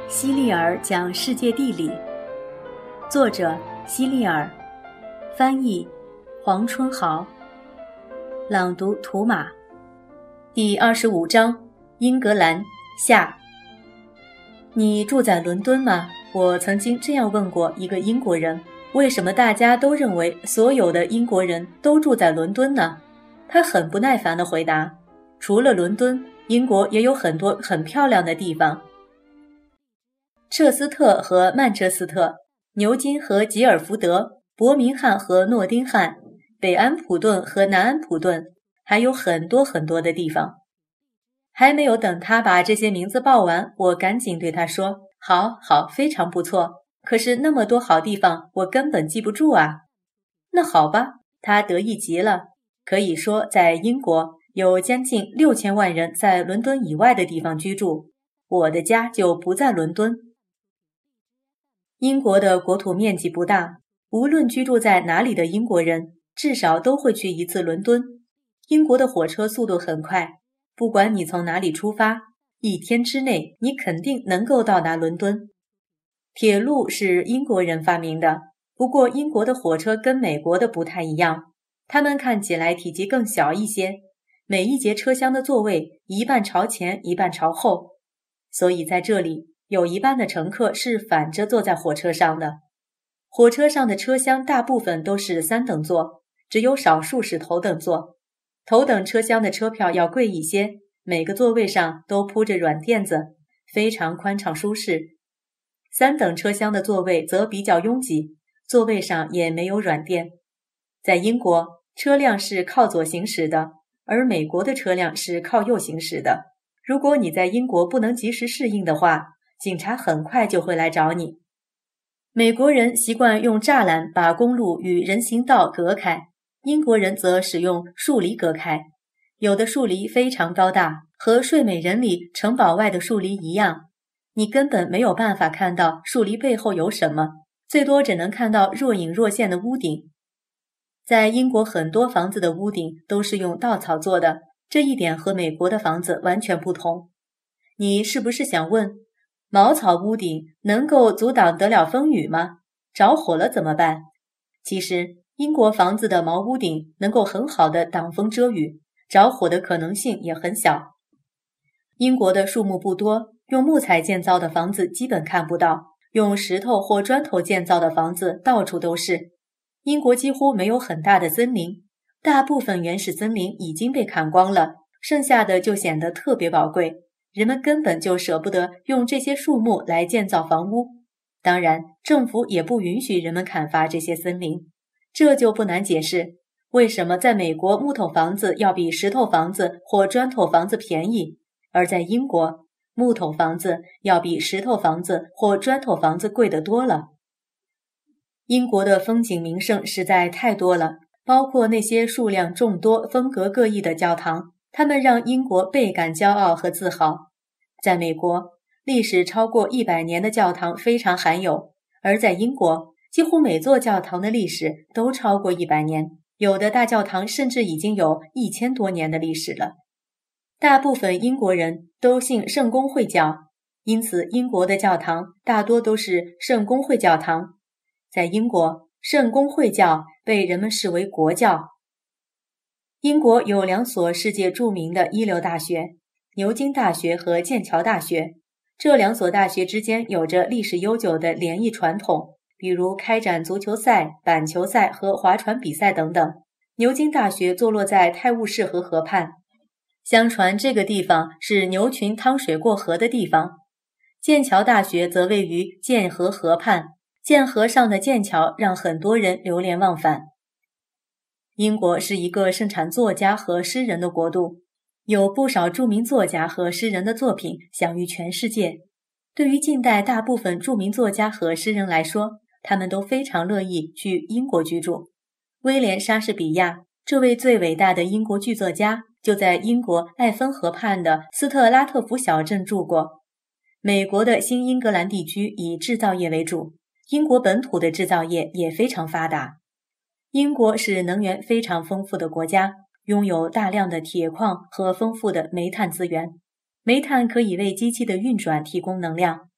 希利尔讲世界地理，作者希利尔，翻译黄春豪，朗读图马。第25章，英格兰下。你住在伦敦吗？我曾经这样问过一个英国人，为什么大家都认为所有的英国人都住在伦敦呢？他很不耐烦地回答，除了伦敦，英国也有很多很漂亮的地方。彻斯特和曼彻斯特，牛津和吉尔福德，伯明翰和诺丁汉，北安普顿和南安普顿，还有很多很多的地方。还没有等他把这些名字报完，我赶紧对他说，好，非常不错，可是那么多好地方，我根本记不住啊。那好吧，他得意极了，可以说在英国有将近6000万人在伦敦以外的地方居住，我的家就不在伦敦。英国的国土面积不大，无论居住在哪里的英国人，至少都会去一次伦敦。英国的火车速度很快，不管你从哪里出发，1天之内你肯定能够到达伦敦。铁路是英国人发明的，不过英国的火车跟美国的不太一样，它们看起来体积更小一些，每一节车厢的座位一半朝前一半朝后，所以在这里有一半的乘客是反着坐在火车上的。火车上的车厢大部分都是3等座，只有少数是头等座。头等车厢的车票要贵一些，每个座位上都铺着软垫子，非常宽敞舒适。3等车厢的座位则比较拥挤，座位上也没有软垫。在英国，车辆是靠左行驶的，而美国的车辆是靠右行驶的。如果你在英国不能及时适应的话，警察很快就会来找你。美国人习惯用栅栏把公路与人行道隔开，英国人则使用树篱隔开。有的树篱非常高大，和睡美人里城堡外的树篱一样，你根本没有办法看到树篱背后有什么，最多只能看到若隐若现的屋顶。在英国很多房子的屋顶都是用稻草做的，这一点和美国的房子完全不同。你是不是想问，茅草屋顶能够阻挡得了风雨吗？着火了怎么办？其实英国房子的茅屋顶能够很好的挡风遮雨，着火的可能性也很小。英国的树木不多，用木材建造的房子基本看不到，用石头或砖头建造的房子到处都是。英国几乎没有很大的森林，大部分原始森林已经被砍光了，剩下的就显得特别宝贵，人们根本就舍不得用这些树木来建造房屋。当然，政府也不允许人们砍伐这些森林。这就不难解释，为什么在美国木头房子要比石头房子或砖头房子便宜，而在英国，木头房子要比石头房子或砖头房子贵得多了。英国的风景名胜实在太多了，包括那些数量众多、风格各异的教堂，它们让英国倍感骄傲和自豪。在美国，历史超过100年的教堂非常罕有，而在英国，几乎每座教堂的历史都超过100年，有的大教堂甚至已经有1000多年的历史了。大部分英国人都信圣公会教，因此英国的教堂大多都是圣公会教堂。在英国，圣公会教被人们视为国教。英国有2所世界著名的一流大学，牛津大学和剑桥大学。这2所大学之间有着历史悠久的联谊传统，比如开展足球赛、板球赛和划船比赛等等。牛津大学坐落在泰晤士河河畔，相传这个地方是牛群趟水过河的地方。剑桥大学则位于剑河河畔，剑河上的剑桥让很多人流连忘返。英国是一个盛产作家和诗人的国度，有不少著名作家和诗人的作品享誉全世界。对于近代大部分著名作家和诗人来说，他们都非常乐意去英国居住。威廉·莎士比亚，这位最伟大的英国剧作家，就在英国艾芬河畔的斯特拉特福小镇住过。美国的新英格兰地区以制造业为主，英国本土的制造业也非常发达。英国是能源非常丰富的国家，拥有大量的铁矿和丰富的煤炭资源。煤炭可以为机器的运转提供能量。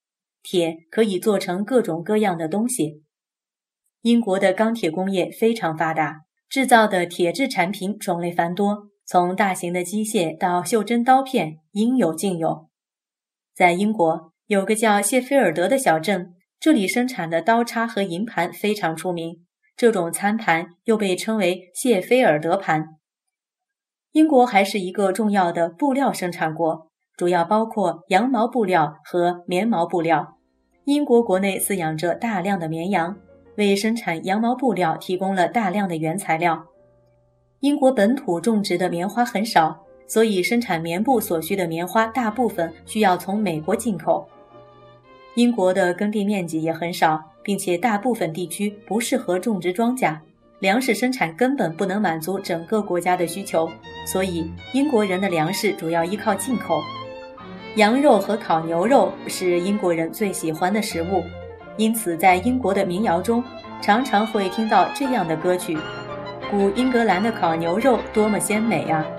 铁可以做成各种各样的东西。英国的钢铁工业非常发达，制造的铁制产品种类繁多，从大型的机械到袖珍刀片，应有尽有。在英国有个叫谢菲尔德的小镇，这里生产的刀叉和银盘非常出名，这种餐盘又被称为谢菲尔德盘。英国还是一个重要的布料生产国，主要包括羊毛布料和棉毛布料。英国国内饲养着大量的绵羊，为生产羊毛布料提供了大量的原材料。英国本土种植的棉花很少，所以生产棉布所需的棉花大部分需要从美国进口。英国的耕地面积也很少，并且大部分地区不适合种植庄稼，粮食生产根本不能满足整个国家的需求，所以英国人的粮食主要依靠进口。羊肉和烤牛肉是英国人最喜欢的食物，因此在英国的民谣中常常会听到这样的歌曲：古英格兰的烤牛肉多么鲜美啊！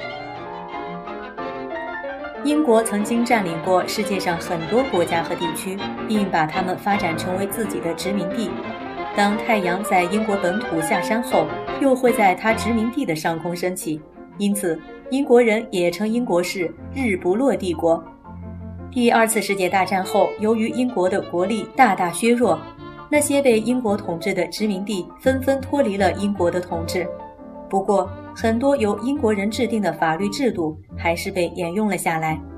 英国曾经占领过世界上很多国家和地区，并把它们发展成为自己的殖民地。当太阳在英国本土下山后，又会在它殖民地的上空升起，因此英国人也称英国是日不落帝国。第二次世界大战后，由于英国的国力大大削弱，那些被英国统治的殖民地纷纷脱离了英国的统治。不过，很多由英国人制定的法律制度还是被沿用了下来。